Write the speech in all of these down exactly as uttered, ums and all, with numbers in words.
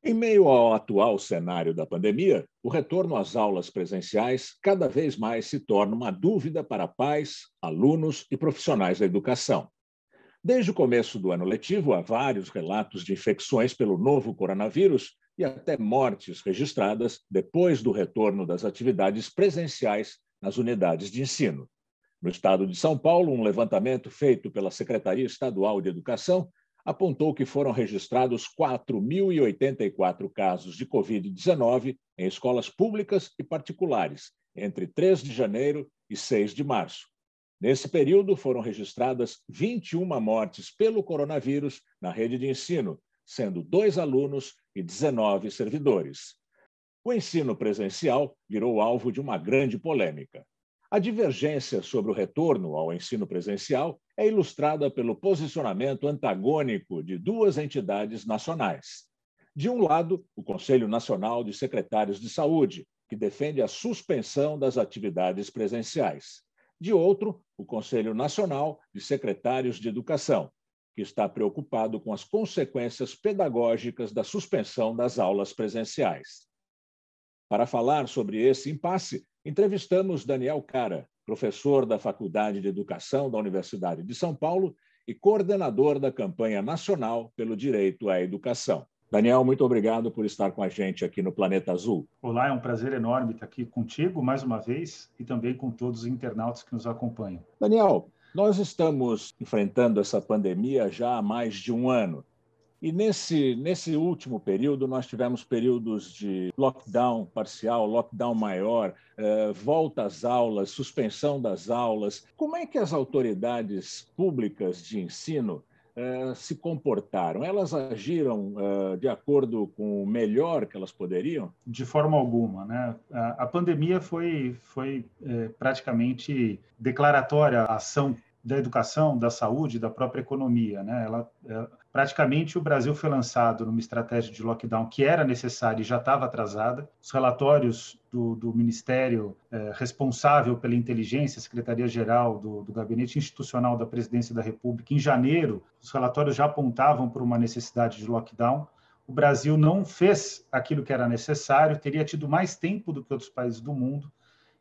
Em meio ao atual cenário da pandemia, o retorno às aulas presenciais cada vez mais se torna uma dúvida para pais, alunos e profissionais da educação. Desde o começo do ano letivo, há vários relatos de infecções pelo novo coronavírus e até mortes registradas depois do retorno das atividades presenciais nas unidades de ensino. No estado de São Paulo, um levantamento feito pela Secretaria Estadual de Educação apontou que foram registrados quatro mil e oitenta e quatro casos de covid dezenove em escolas públicas e particulares, entre três de janeiro e seis de março. Nesse período, foram registradas vinte e uma mortes pelo coronavírus na rede de ensino, sendo dois alunos e dezenove servidores. O ensino presencial virou alvo de uma grande polêmica. A divergência sobre o retorno ao ensino presencial é ilustrada pelo posicionamento antagônico de duas entidades nacionais. De um lado, o Conselho Nacional de Secretários de Saúde, que defende a suspensão das atividades presenciais. De outro, o Conselho Nacional de Secretários de Educação, que está preocupado com as consequências pedagógicas da suspensão das aulas presenciais. Para falar sobre esse impasse, entrevistamos Daniel Cara, professor da Faculdade de Educação da Universidade de São Paulo e coordenador da campanha nacional pelo direito à educação. Daniel, muito obrigado por estar com a gente aqui no Planeta Azul. Olá, é um prazer enorme estar aqui contigo mais uma vez e também com todos os internautas que nos acompanham. Daniel, nós estamos enfrentando essa pandemia já há mais de um ano. E nesse, nesse último período, nós tivemos períodos de lockdown parcial, lockdown maior, eh, volta às aulas, suspensão das aulas. Como é que as autoridades públicas de ensino eh, se comportaram? Elas agiram eh, de acordo com o melhor que elas poderiam? De forma alguma, né? A, a pandemia foi, foi é, praticamente declaratória a ação da educação, da saúde, da própria economia, né? Ela, é, praticamente o Brasil foi lançado numa estratégia de lockdown que era necessária e já estava atrasada. Os relatórios do, do Ministério é, responsável pela inteligência, Secretaria-Geral do, do Gabinete Institucional da Presidência da República, em janeiro, os relatórios já apontavam para uma necessidade de lockdown. O Brasil não fez aquilo que era necessário, teria tido mais tempo do que outros países do mundo,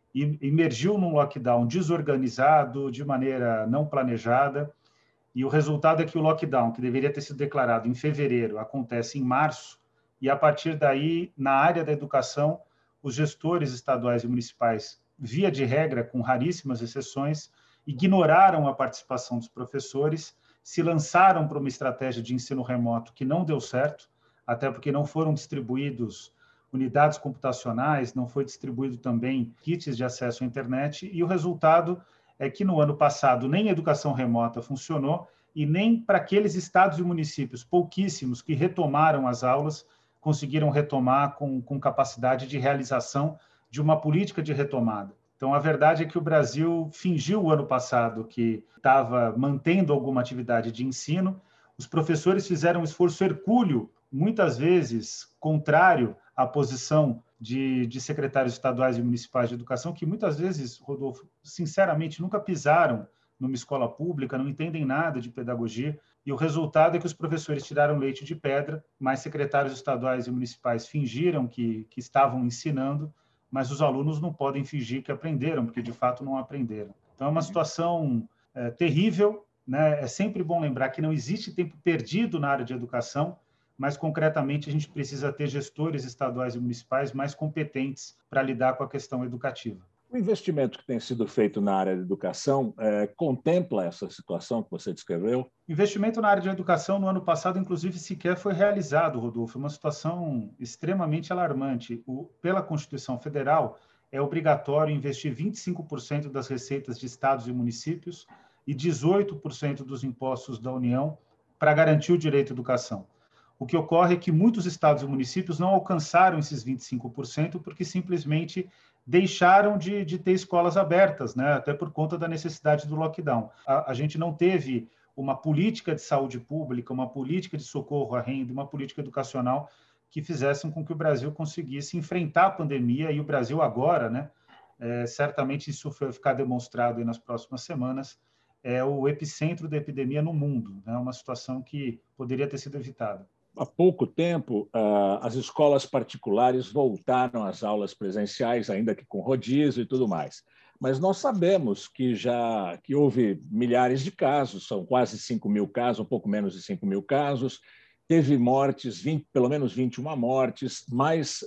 e emergiu num lockdown desorganizado, de maneira não planejada, e o resultado é que o lockdown, que deveria ter sido declarado em fevereiro, acontece em março, e a partir daí, na área da educação, os gestores estaduais e municipais, via de regra, com raríssimas exceções, ignoraram a participação dos professores, se lançaram para uma estratégia de ensino remoto que não deu certo, até porque não foram distribuídos unidades computacionais, não foi distribuído também kits de acesso à internet, e o resultado é que no ano passado nem a educação remota funcionou e nem para aqueles estados e municípios, pouquíssimos, que retomaram as aulas, conseguiram retomar com, com capacidade de realização de uma política de retomada. Então, a verdade é que o Brasil fingiu o ano passado que estava mantendo alguma atividade de ensino, os professores fizeram um esforço hercúleo, muitas vezes contrário à posição de, de secretários estaduais e municipais de educação, que muitas vezes, Rodolfo, sinceramente, nunca pisaram numa escola pública, não entendem nada de pedagogia, e o resultado é que os professores tiraram leite de pedra, mas secretários estaduais e municipais fingiram que, que estavam ensinando, mas os alunos não podem fingir que aprenderam, porque de fato não aprenderam. Então é uma situação é, terrível, né? É sempre bom lembrar que não existe tempo perdido na área de educação, mas concretamente a gente precisa ter gestores estaduais e municipais mais competentes para lidar com a questão educativa. O investimento que tem sido feito na área de educação é, contempla essa situação que você descreveu? Investimento na área de educação no ano passado, inclusive, sequer foi realizado, Rodolfo. Uma situação extremamente alarmante. O, pela Constituição Federal, é obrigatório investir vinte e cinco por cento das receitas de estados e municípios e dezoito por cento dos impostos da União para garantir o direito à educação. O que ocorre é que muitos estados e municípios não alcançaram esses vinte e cinco por cento porque simplesmente deixaram de, de ter escolas abertas, né? Até por conta da necessidade do lockdown. A, a gente não teve uma política de saúde pública, uma política de socorro à renda, uma política educacional que fizessem com que o Brasil conseguisse enfrentar a pandemia, e o Brasil agora, né? É, certamente isso vai ficar demonstrado aí nas próximas semanas, é o epicentro da epidemia no mundo, né? Uma situação que poderia ter sido evitada. há pouco tempo, as escolas particulares voltaram às aulas presenciais, ainda que com rodízio e tudo mais. Mas nós sabemos que já que houve milhares de casos, são quase cinco mil casos, um pouco menos de cinco mil casos, teve mortes, vinte, pelo menos vinte e uma mortes, mais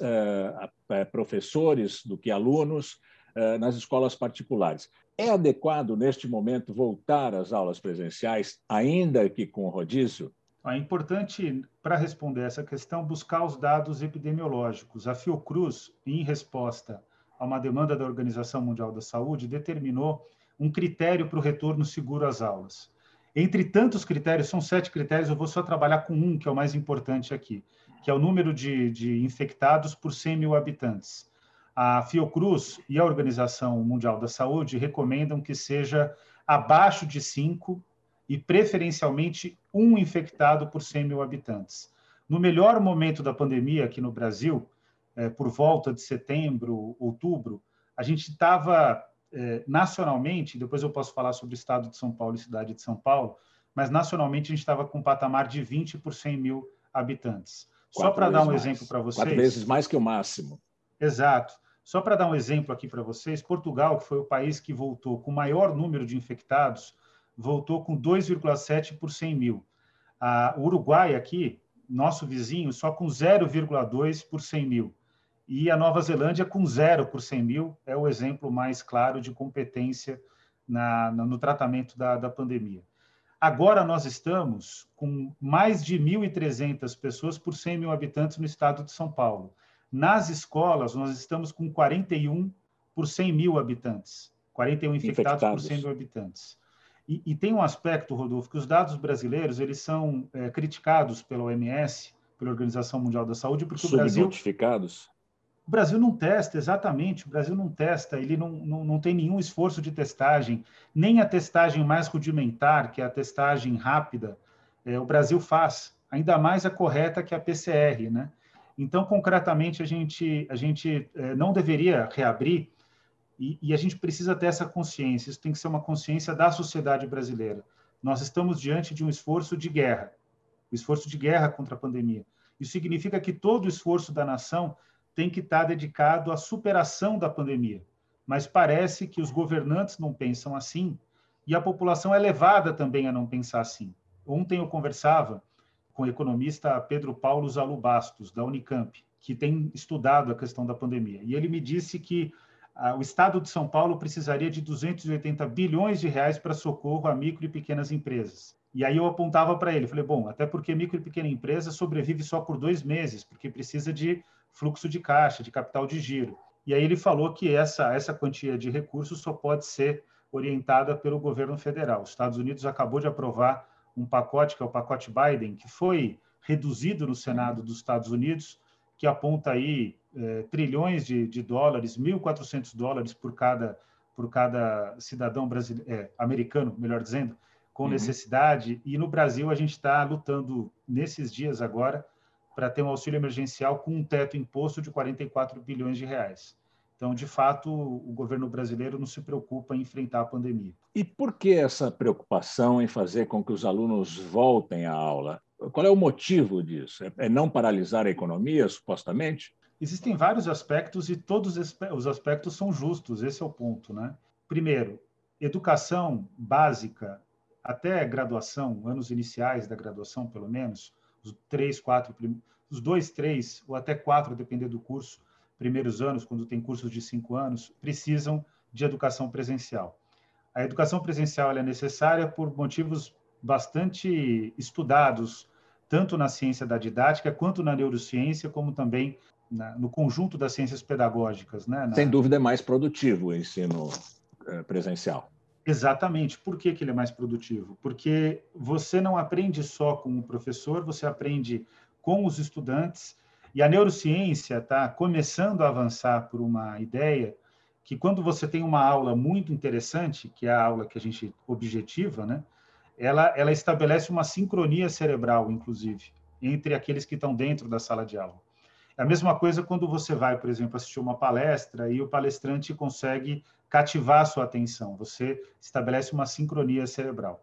uh, professores do que alunos uh, nas escolas particulares. É adequado, neste momento, voltar às aulas presenciais, ainda que com rodízio? É importante, para responder essa questão, buscar os dados epidemiológicos. A Fiocruz, em resposta a uma demanda da Organização Mundial da Saúde, determinou um critério para o retorno seguro às aulas. Entre tantos critérios, são sete critérios, eu vou só trabalhar com um, que é o mais importante aqui, que é o número de, de infectados por cem mil habitantes. A Fiocruz e a Organização Mundial da Saúde recomendam que seja abaixo de cinco e, preferencialmente, um infectado por cem mil habitantes. No melhor momento da pandemia aqui no Brasil, é, por volta de setembro, outubro, a gente estava, é, nacionalmente, depois eu posso falar sobre o estado de São Paulo e cidade de São Paulo, mas nacionalmente a gente estava com um patamar de vinte por cem mil habitantes. Quatro Só para dar um mais. exemplo para vocês... Quatro vezes mais que o máximo. Exato. Só para dar um exemplo aqui para vocês, Portugal, que foi o país que voltou com o maior número de infectados, voltou com dois vírgula sete por cem mil. Ah, o Uruguai aqui, nosso vizinho, só com zero vírgula dois por cem mil. E a Nova Zelândia com zero por cem mil, é o exemplo mais claro de competência na, no tratamento da, da pandemia. Agora nós estamos com mais de mil e trezentas pessoas por cem mil habitantes no estado de São Paulo. Nas escolas, nós estamos com quarenta e um por cem mil habitantes. quarenta e um infectados, infectados. por cem mil habitantes. E, e tem um aspecto, Rodolfo, que os dados brasileiros eles são é, criticados pela O M S, pela Organização Mundial da Saúde, porque o Brasil... Subnotificados? O Brasil não testa, exatamente, o Brasil não testa, ele não, não, não tem nenhum esforço de testagem, nem a testagem mais rudimentar, que é a testagem rápida, é, o Brasil faz, ainda mais a correta, que é a P C R, né? Então, concretamente, a gente, a gente é, não deveria reabrir e, e a gente precisa ter essa consciência, isso tem que ser uma consciência da sociedade brasileira. Nós estamos diante de um esforço de guerra, o esforço de guerra contra a pandemia. Isso significa que todo o esforço da nação tem que estar dedicado à superação da pandemia. Mas parece que os governantes não pensam assim e a população é levada também a não pensar assim. Ontem eu conversava com o economista Pedro Paulo Zalu Bastos, da Unicamp, que tem estudado a questão da pandemia. E ele me disse que ah, o Estado de São Paulo precisaria de duzentos e oitenta bilhões de reais para socorro a micro e pequenas empresas. E aí eu apontava para ele, falei, bom, até porque micro e pequena empresa sobrevive só por dois meses, porque precisa de fluxo de caixa, de capital de giro. E aí ele falou que essa, essa quantia de recursos só pode ser orientada pelo governo federal. Os Estados Unidos acabou de aprovar um pacote, que é o pacote Biden, que foi reduzido no Senado dos Estados Unidos, que aponta aí é, trilhões de, de dólares, mil e quatrocentos dólares por cada, por cada cidadão brasileiro, é, americano, melhor dizendo, com uhum. necessidade. E no Brasil a gente está lutando nesses dias agora para ter um auxílio emergencial com um teto imposto de quarenta e quatro bilhões de reais. Então, de fato, o governo brasileiro não se preocupa em enfrentar a pandemia. E por que essa preocupação em fazer com que os alunos voltem à aula? Qual é o motivo disso? É não paralisar a economia, supostamente? Existem vários aspectos e todos os aspectos são justos, esse é o ponto, né? Primeiro, educação básica, até graduação, anos iniciais da graduação, pelo menos, os três, quatro, os dois, três ou até quatro, depender do curso, primeiros anos, quando tem cursos de cinco anos, precisam de educação presencial. A educação presencial ela é necessária por motivos bastante estudados, tanto na ciência da didática, quanto na neurociência, como também na, no conjunto das ciências pedagógicas. Né? Na... Sem dúvida é mais produtivo o ensino presencial. Exatamente. Por que que ele é mais produtivo? Porque você não aprende só com o professor, você aprende com os estudantes, e a neurociência está começando a avançar por uma ideia que quando você tem uma aula muito interessante, que é a aula que a gente objetiva, né, ela, ela estabelece uma sincronia cerebral, inclusive, entre aqueles que estão dentro da sala de aula. É a mesma coisa quando você vai, por exemplo, assistir uma palestra e o palestrante consegue cativar a sua atenção, você estabelece uma sincronia cerebral.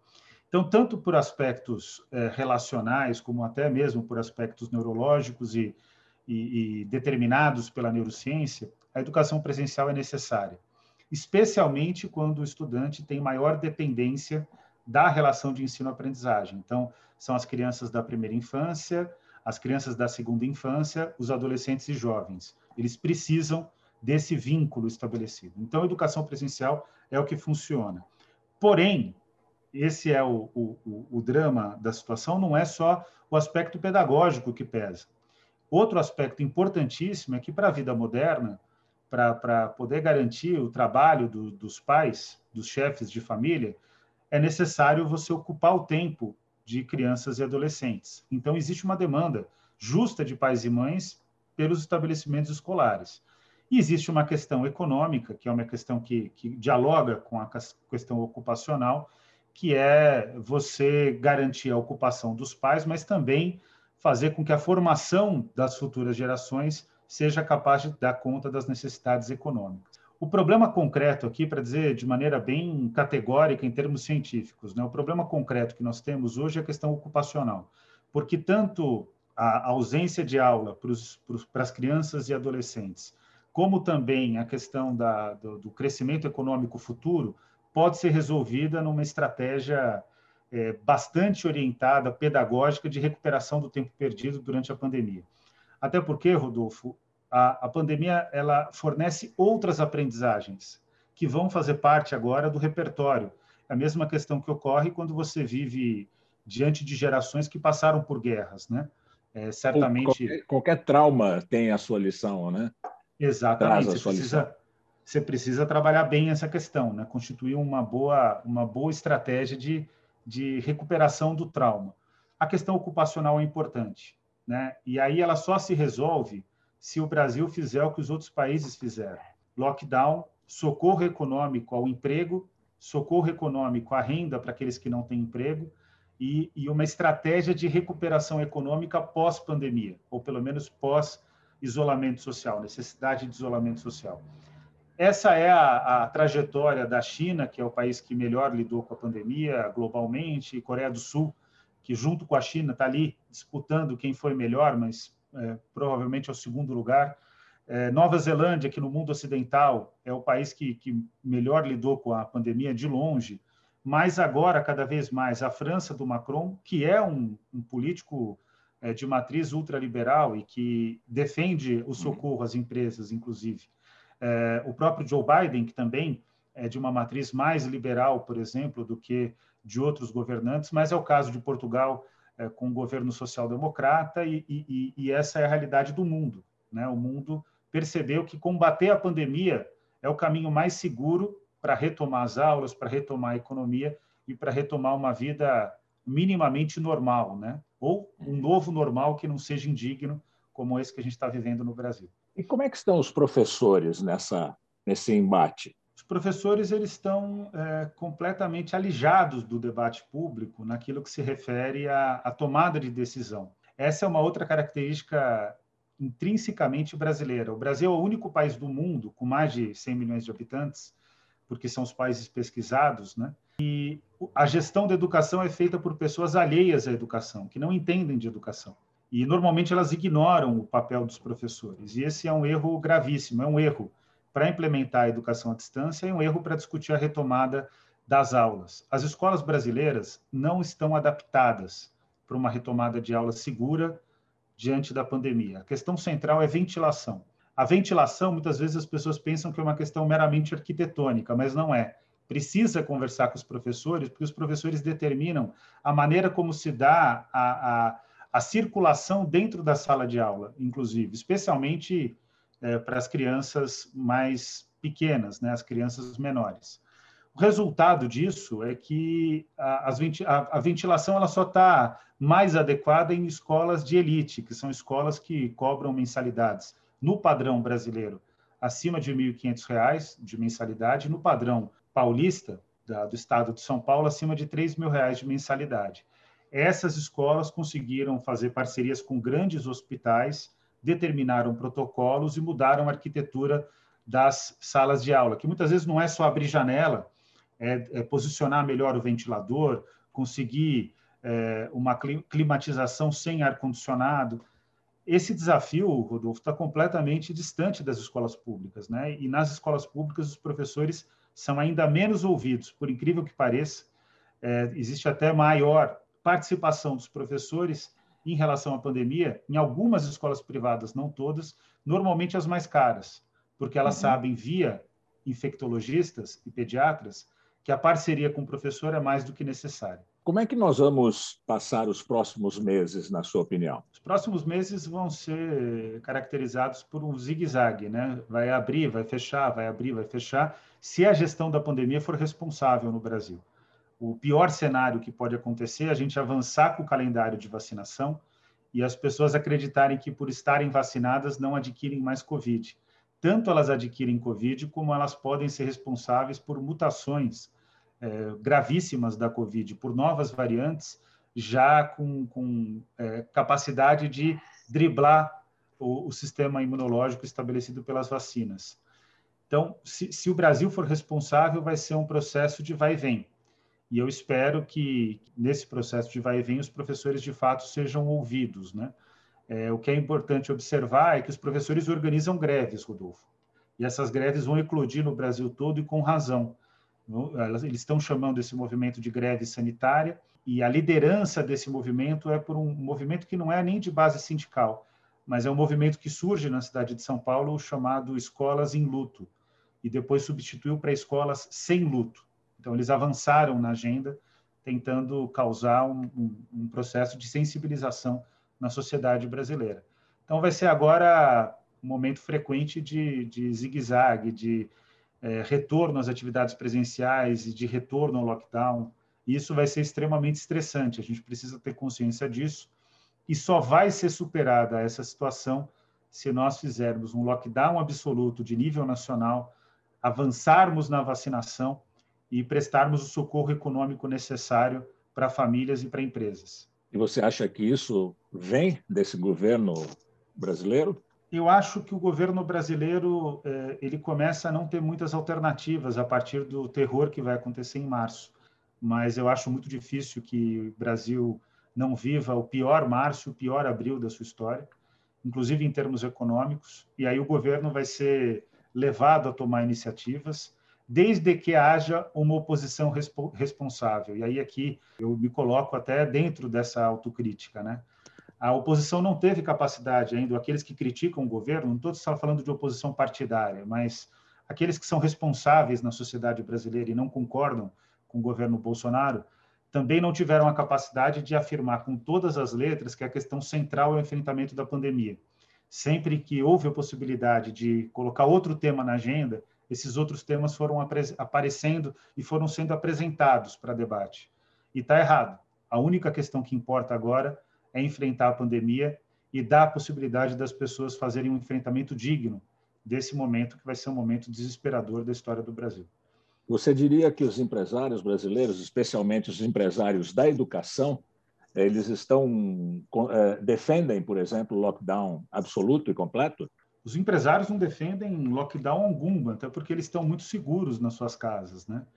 Então, tanto por aspectos eh, relacionais, como até mesmo por aspectos neurológicos e, e, e determinados pela neurociência, a educação presencial é necessária, especialmente quando o estudante tem maior dependência da relação de ensino-aprendizagem. Então, são as crianças da primeira infância, as crianças da segunda infância, os adolescentes e jovens. Eles precisam desse vínculo estabelecido. Então, a educação presencial é o que funciona. Porém, esse é o, o, o drama da situação, não é só o aspecto pedagógico que pesa. Outro aspecto importantíssimo é que, para a vida moderna, para poder garantir o trabalho do, dos pais, dos chefes de família, é necessário você ocupar o tempo de crianças e adolescentes. Então, existe uma demanda justa de pais e mães pelos estabelecimentos escolares. E existe uma questão econômica, que é uma questão que, que dialoga com a questão ocupacional, que é você garantir a ocupação dos pais, mas também fazer com que a formação das futuras gerações seja capaz de dar conta das necessidades econômicas. O problema concreto aqui, para dizer de maneira bem categórica em termos científicos, né, o problema concreto que nós temos hoje é a questão ocupacional, porque tanto a ausência de aula para as crianças e adolescentes, como também a questão da, do, do crescimento econômico futuro, pode ser resolvida numa estratégia é, bastante orientada, pedagógica, de recuperação do tempo perdido durante a pandemia. Até porque, Rodolfo, a, a pandemia ela fornece outras aprendizagens que vão fazer parte agora do repertório. É a mesma questão que ocorre quando você vive diante de gerações que passaram por guerras, né? É, certamente... Qualquer, qualquer trauma tem a sua lição, né? Exatamente. Você precisa, você precisa trabalhar bem essa questão, né? Constituir uma boa, uma boa estratégia de, de recuperação do trauma. A questão ocupacional é importante, né? E aí ela só se resolve se o Brasil fizer o que os outros países fizeram. Lockdown, socorro econômico ao emprego, socorro econômico à renda para aqueles que não têm emprego e, e uma estratégia de recuperação econômica pós-pandemia, ou pelo menos pós-isolamento social, necessidade de isolamento social. Essa é a, a trajetória da China, que é o país que melhor lidou com a pandemia globalmente, e Coreia do Sul, que junto com a China está ali disputando quem foi melhor, mas é, provavelmente é o segundo lugar. É, Nova Zelândia, que no mundo ocidental é o país que, que melhor lidou com a pandemia de longe, mas agora, cada vez mais, a França do Macron, que é um, um político é, de matriz ultraliberal e que defende o socorro às empresas, inclusive. É, o próprio Joe Biden, que também é de uma matriz mais liberal, por exemplo, do que de outros governantes, mas é o caso de Portugal, é, com o governo social-democrata, e, e, e essa é a realidade do mundo, né? O mundo percebeu que combater a pandemia é o caminho mais seguro para retomar as aulas, para retomar a economia e para retomar uma vida minimamente normal, né? Ou um novo normal que não seja indigno, como esse que a gente está vivendo no Brasil. E como é que estão os professores nessa, nesse embate? Os professores eles estão é, completamente alijados do debate público naquilo que se refere à, à tomada de decisão. Essa é uma outra característica intrinsecamente brasileira. O Brasil é o único país do mundo com mais de cem milhões de habitantes, porque são os países pesquisados, né? E a gestão da educação é feita por pessoas alheias à educação, que não entendem de educação. E, normalmente, elas ignoram o papel dos professores. E esse é um erro gravíssimo, é um erro para implementar a educação à distância e um erro para discutir a retomada das aulas. As escolas brasileiras não estão adaptadas para uma retomada de aula segura diante da pandemia. A questão central é ventilação. A ventilação, muitas vezes, as pessoas pensam que é uma questão meramente arquitetônica, mas não é. Precisa conversar com os professores, porque os professores determinam a maneira como se dá a, a, a circulação dentro da sala de aula, inclusive, especialmente é, para as crianças mais pequenas, né, as crianças menores. O resultado disso é que a, a, a ventilação ela só está mais adequada em escolas de elite, que são escolas que cobram mensalidades no padrão brasileiro acima de mil e quinhentos reais de mensalidade, no padrão paulista da, do estado de São Paulo acima de três mil reais de mensalidade. Essas escolas conseguiram fazer parcerias com grandes hospitais, determinaram protocolos e mudaram a arquitetura das salas de aula, que muitas vezes não é só abrir janela, é, é posicionar melhor o ventilador, conseguir é, uma climatização sem ar-condicionado. Esse desafio, Rodolfo, está completamente distante das escolas públicas, né? E nas escolas públicas, os professores são ainda menos ouvidos, por incrível que pareça. É, existe até maior participação dos professores em relação à pandemia em algumas escolas privadas, não todas, normalmente as mais caras, porque elas uhum. sabem, via infectologistas e pediatras, que a parceria com o professor é mais do que necessária. Como é que nós vamos passar os próximos meses, na sua opinião? Os próximos meses vão ser caracterizados por um zigue-zague, né? Vai abrir, vai fechar, vai abrir, vai fechar, se a gestão da pandemia for responsável no Brasil. O pior cenário que pode acontecer é a gente avançar com o calendário de vacinação e as pessoas acreditarem que, por estarem vacinadas, não adquirem mais Covid. Tanto elas adquirem Covid, como elas podem ser responsáveis por mutações é, gravíssimas da Covid, por novas variantes, já com, com é, capacidade de driblar o, o sistema imunológico estabelecido pelas vacinas. Então, se, se o Brasil for responsável, vai ser um processo de vai e vem. E eu espero que, nesse processo de vai e vem, os professores, de fato, sejam ouvidos, né? É, o que é importante observar é que os professores organizam greves, Rodolfo. E essas greves vão eclodir no Brasil todo e com razão. Eles estão chamando esse movimento de greve sanitária e a liderança desse movimento é por um movimento que não é nem de base sindical, mas é um movimento que surge na cidade de São Paulo chamado Escolas em Luto e depois substituiu para Escolas Sem Luto. Então, eles avançaram na agenda, tentando causar um, um, um processo de sensibilização na sociedade brasileira. Então, vai ser agora um momento frequente de, de zigue-zague, de é, retorno às atividades presenciais e de retorno ao lockdown. E isso vai ser extremamente estressante, a gente precisa ter consciência disso, e só vai ser superada essa situação se nós fizermos um lockdown absoluto de nível nacional, avançarmos na vacinação e prestarmos o socorro econômico necessário para famílias e para empresas. E você acha que isso vem desse governo brasileiro? Eu acho que o governo brasileiro ele começa a não ter muitas alternativas a partir do terror que vai acontecer em março. Mas eu acho muito difícil que o Brasil não viva o pior março, o pior abril da sua história, inclusive em termos econômicos. E aí o governo vai ser levado a tomar iniciativas, desde que haja uma oposição responsável. E aí aqui eu me coloco até dentro dessa autocrítica, né? A oposição não teve capacidade ainda, aqueles que criticam o governo, não estou só falando de oposição partidária, mas aqueles que são responsáveis na sociedade brasileira e não concordam com o governo Bolsonaro, também não tiveram a capacidade de afirmar com todas as letras que a questão central é o enfrentamento da pandemia. Sempre que houve a possibilidade de colocar outro tema na agenda, esses outros temas foram aparecendo e foram sendo apresentados para debate. E está errado. A única questão que importa agora é enfrentar a pandemia e dar a possibilidade das pessoas fazerem um enfrentamento digno desse momento, que vai ser um momento desesperador da história do Brasil. Você diria que os empresários brasileiros, especialmente os empresários da educação, eles estão defendem, por exemplo, o lockdown absoluto e completo? Os empresários não defendem lockdown algum, até porque eles estão muito seguros nas suas casas, né?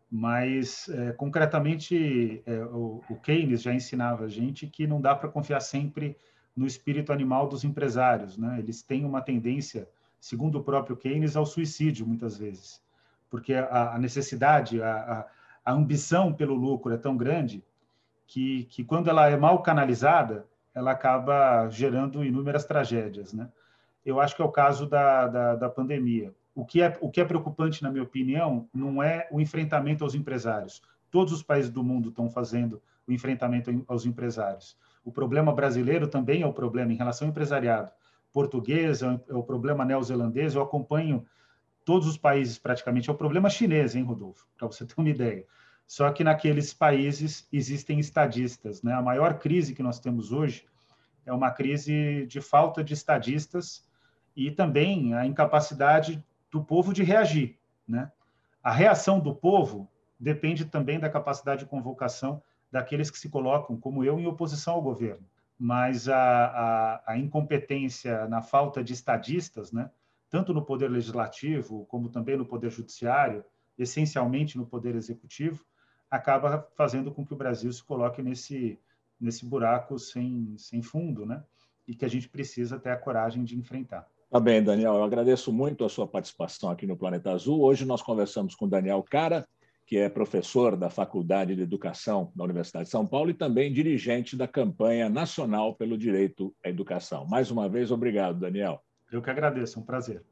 Mas, é, concretamente, é, o, o Keynes já ensinava a gente que não dá para confiar sempre no espírito animal dos empresários, né? Eles têm uma tendência, segundo o próprio Keynes, ao suicídio, muitas vezes, porque a, a necessidade, a, a, a ambição pelo lucro é tão grande que, que, quando ela é mal canalizada, ela acaba gerando inúmeras tragédias, né? Eu acho que é o caso da, da, da pandemia. O que, é, o que é preocupante, na minha opinião, não é o enfrentamento aos empresários. Todos os países do mundo estão fazendo o enfrentamento aos empresários. O problema brasileiro também é o problema em relação ao empresariado. Português é o problema neozelandês, eu acompanho todos os países praticamente. É o problema chinês, hein, Rodolfo? Para você ter uma ideia. Só que naqueles países existem estadistas, né? A maior crise que nós temos hoje é uma crise de falta de estadistas e também a incapacidade do povo de reagir, né? A reação do povo depende também da capacidade de convocação daqueles que se colocam, como eu, em oposição ao governo. Mas a, a, a incompetência na falta de estadistas, né? Tanto no poder legislativo como também no poder judiciário, essencialmente no poder executivo, acaba fazendo com que o Brasil se coloque nesse, nesse buraco sem, sem fundo, né? E que a gente precisa ter a coragem de enfrentar. Tá bem, Daniel, eu agradeço muito a sua participação aqui no Planeta Azul. Hoje nós conversamos com Daniel Cara, que é professor da Faculdade de Educação da Universidade de São Paulo e também dirigente da campanha nacional pelo direito à educação. Mais uma vez, obrigado, Daniel. Eu que agradeço, um prazer.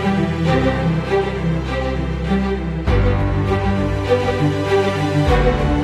Thank you.